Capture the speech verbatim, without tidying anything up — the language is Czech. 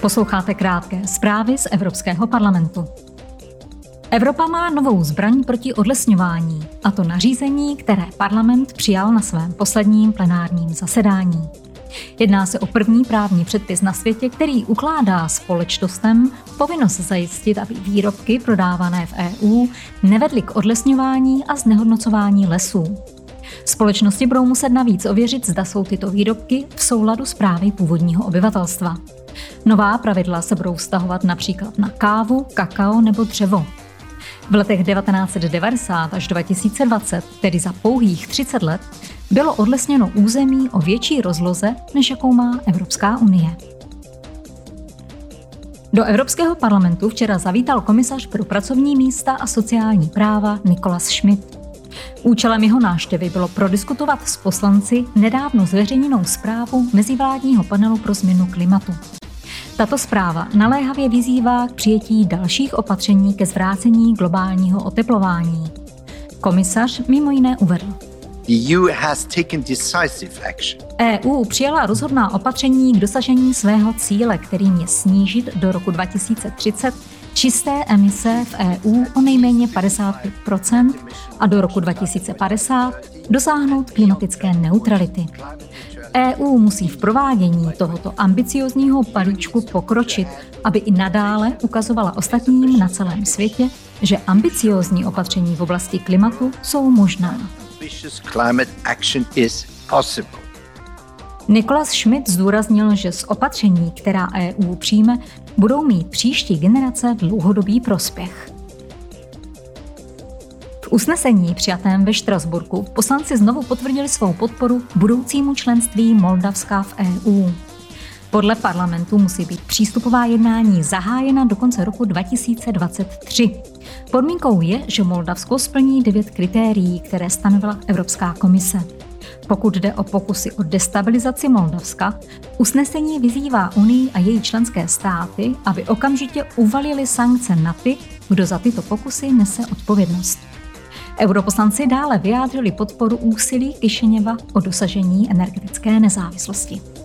Posloucháte krátké zprávy z Evropského parlamentu. Evropa má novou zbraň proti odlesňování, a to nařízení, které parlament přijal na svém posledním plenárním zasedání. Jedná se o první právní předpis na světě, který ukládá společnostem povinnost zajistit, aby výrobky prodávané v E U nevedly k odlesňování a znehodnocování lesů. Společnosti budou muset navíc ověřit, zda jsou tyto výrobky v souladu s právy původního obyvatelstva. Nová pravidla se budou vztahovat například na kávu, kakao nebo dřevo. V letech devatenáct set devadesát až dva tisíce dvacet, tedy za pouhých třicet let, bylo odlesněno území o větší rozloze, než jakou má Evropská unie. Do Evropského parlamentu včera zavítal komisař pro pracovní místa a sociální práva Nicolas Schmit. Účelem jeho návštěvy bylo prodiskutovat s poslanci nedávno zveřejněnou zprávu mezivládního panelu pro změnu klimatu. Tato zpráva naléhavě vyzývá k přijetí dalších opatření ke zvrácení globálního oteplování. Komisař mimo jiné uvedl: The E U has taken decisive action. E U přijala rozhodná opatření k dosažení svého cíle, kterým je snížit do roku dva tisíce třicet čisté emise v E U o nejméně padesát pět procent a do roku dva tisíce padesát dosáhnout klimatické neutrality. E U musí v provádění tohoto ambiciozního balíčku pokročit, aby i nadále ukazovala ostatním na celém světě, že ambiciózní opatření v oblasti klimatu jsou možná. Nicolas Schmit zdůraznil, že z opatření, která E U přijme, budou mít příští generace dlouhodobý prospěch. V usnesení přijatém ve Štrasburku poslanci znovu potvrdili svou podporu budoucímu členství Moldavska v E U. Podle parlamentu musí být přístupová jednání zahájena do konce roku dva tisíce dvacet tři. Podmínkou je, že Moldavsko splní devět kritérií, které stanovila Evropská komise. Pokud jde o pokusy o destabilizaci Moldavska, usnesení vyzývá Unii a její členské státy, aby okamžitě uvalili sankce na ty, kdo za tyto pokusy nese odpovědnost. Europoslanci dále vyjádřili podporu úsilí Kišiněva o dosažení energetické nezávislosti.